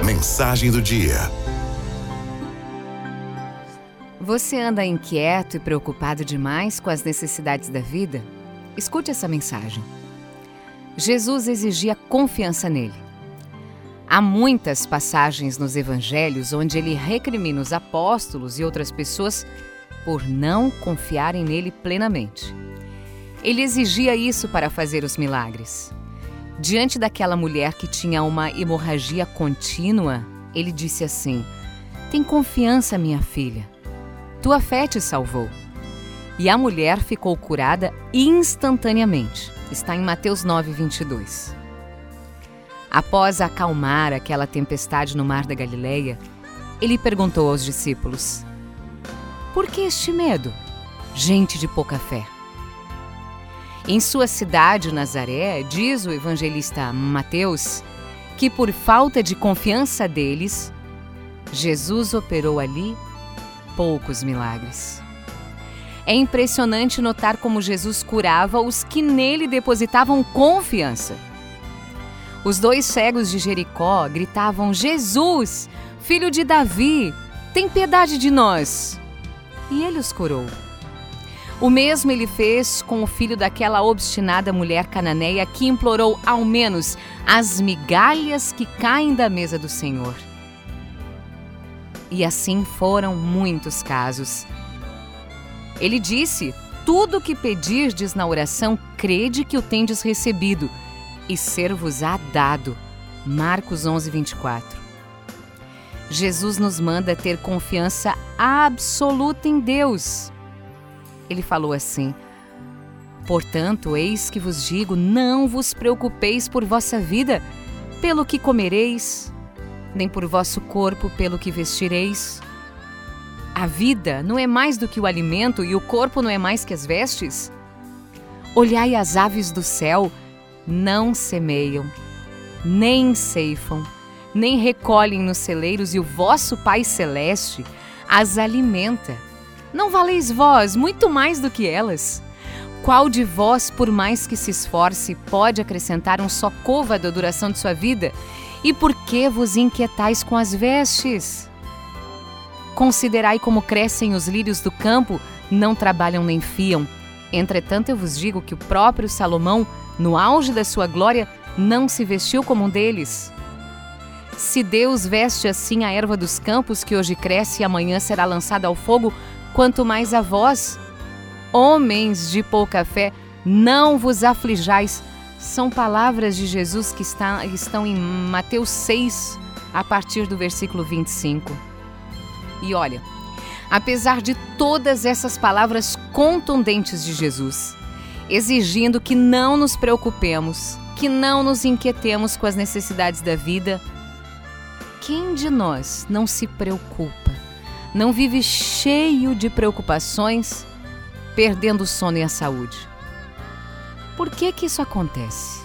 mensagem do dia. Você anda inquieto e preocupado demais com as necessidades da vida? Escute essa mensagem. Jesus exigia confiança nele. Há muitas passagens nos evangelhos onde ele recrimina os apóstolos e outras pessoas por não confiarem nele plenamente. Ele exigia isso para fazer os milagres. Diante daquela mulher que tinha uma hemorragia contínua, ele disse assim: "Tem confiança, minha filha. Tua fé te salvou." E a mulher ficou curada instantaneamente. Está em Mateus 9:22. Após acalmar aquela tempestade no mar da Galileia, ele perguntou aos discípulos: "Por que este medo, gente de pouca fé?" Em sua cidade, Nazaré, diz o evangelista Mateus que por falta de confiança deles, Jesus operou ali poucos milagres. É impressionante notar como Jesus curava os que nele depositavam confiança. Os 2 cegos de Jericó gritavam: "Jesus, filho de Davi, tem piedade de nós!" E ele os curou. O mesmo ele fez com o filho daquela obstinada mulher cananeia que implorou ao menos as migalhas que caem da mesa do Senhor. E assim foram muitos casos. Ele disse: "Tudo o que pedirdes na oração, crede que o tendes recebido, e ser-vos-á dado." Marcos 11:24. Jesus nos manda ter confiança absoluta em Deus. Ele falou assim: "Portanto, eis que vos digo, não vos preocupeis por vossa vida, pelo que comereis, nem por vosso corpo, pelo que vestireis. A vida não é mais do que o alimento e o corpo não é mais que as vestes? Olhai as aves do céu, não semeiam, nem ceifam, nem recolhem nos celeiros, e o vosso Pai Celeste as alimenta. Não valeis vós muito mais do que elas? Qual de vós, por mais que se esforce, pode acrescentar um só côvado à duração de sua vida? E por que vos inquietais com as vestes? Considerai como crescem os lírios do campo, não trabalham nem fiam. Entretanto, eu vos digo que o próprio Salomão, no auge da sua glória, não se vestiu como um deles. Se Deus veste assim a erva dos campos, que hoje cresce e amanhã será lançada ao fogo, quanto mais a vós, homens de pouca fé, não vos aflijais." São palavras de Jesus que estão em Mateus 6, a partir do versículo 25. E olha, apesar de todas essas palavras contundentes de Jesus, exigindo que não nos preocupemos, que não nos inquietemos com as necessidades da vida, quem de nós não se preocupa? Não vive cheio de preocupações, perdendo o sono e a saúde? Por que isso acontece?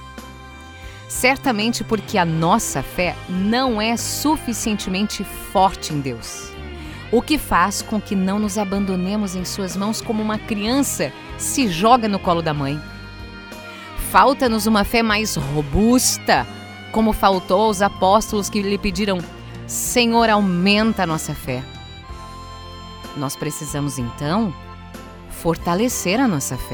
Certamente porque a nossa fé não é suficientemente forte em Deus, o que faz com que não nos abandonemos em suas mãos como uma criança se joga no colo da mãe. Falta-nos uma fé mais robusta, como faltou aos apóstolos que lhe pediram: "Senhor, aumenta a nossa fé." Nós precisamos, então, fortalecer a nossa fé.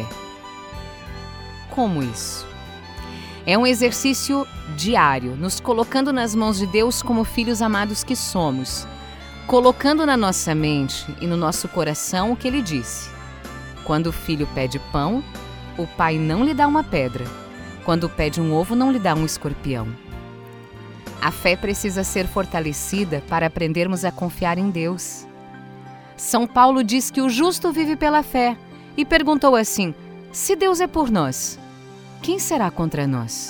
Como isso? É um exercício diário, nos colocando nas mãos de Deus como filhos amados que somos, colocando na nossa mente e no nosso coração o que Ele disse: "Quando o filho pede pão, o pai não lhe dá uma pedra. Quando pede um ovo, não lhe dá um escorpião." A fé precisa ser fortalecida para aprendermos a confiar em Deus. São Paulo diz que o justo vive pela fé e perguntou assim: "Se Deus é por nós, quem será contra nós?"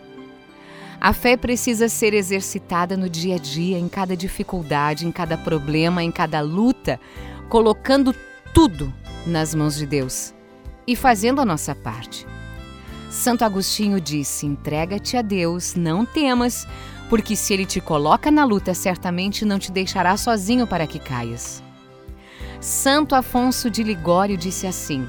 A fé precisa ser exercitada no dia a dia, em cada dificuldade, em cada problema, em cada luta, colocando tudo nas mãos de Deus e fazendo a nossa parte. Santo Agostinho disse: "Entrega-te a Deus, não temas, porque se Ele te coloca na luta, certamente não te deixará sozinho para que caias." Santo Afonso de Ligório disse assim: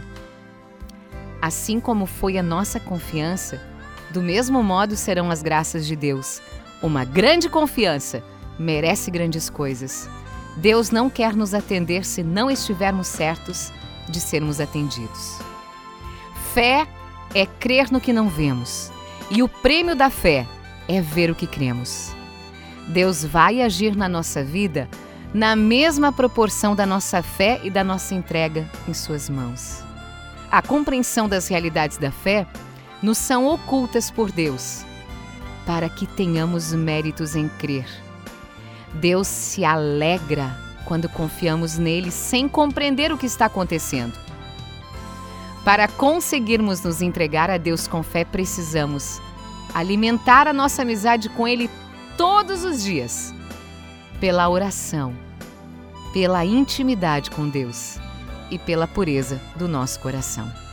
"Assim como foi a nossa confiança, do mesmo modo serão as graças de Deus, Uma grande confiança merece grandes coisas. Deus não quer nos atender se não estivermos certos de sermos atendidos. Fé é crer no que não vemos, e o prêmio da fé é ver o que cremos. Deus vai agir na nossa vida na mesma proporção da nossa fé e da nossa entrega em suas mãos. A compreensão das realidades da fé nos são ocultas por Deus, para que tenhamos méritos em crer. Deus se alegra quando confiamos nele sem compreender o que está acontecendo. Para conseguirmos nos entregar a Deus com fé, precisamos alimentar a nossa amizade com ele todos os dias, pela oração, pela intimidade com Deus e pela pureza do nosso coração.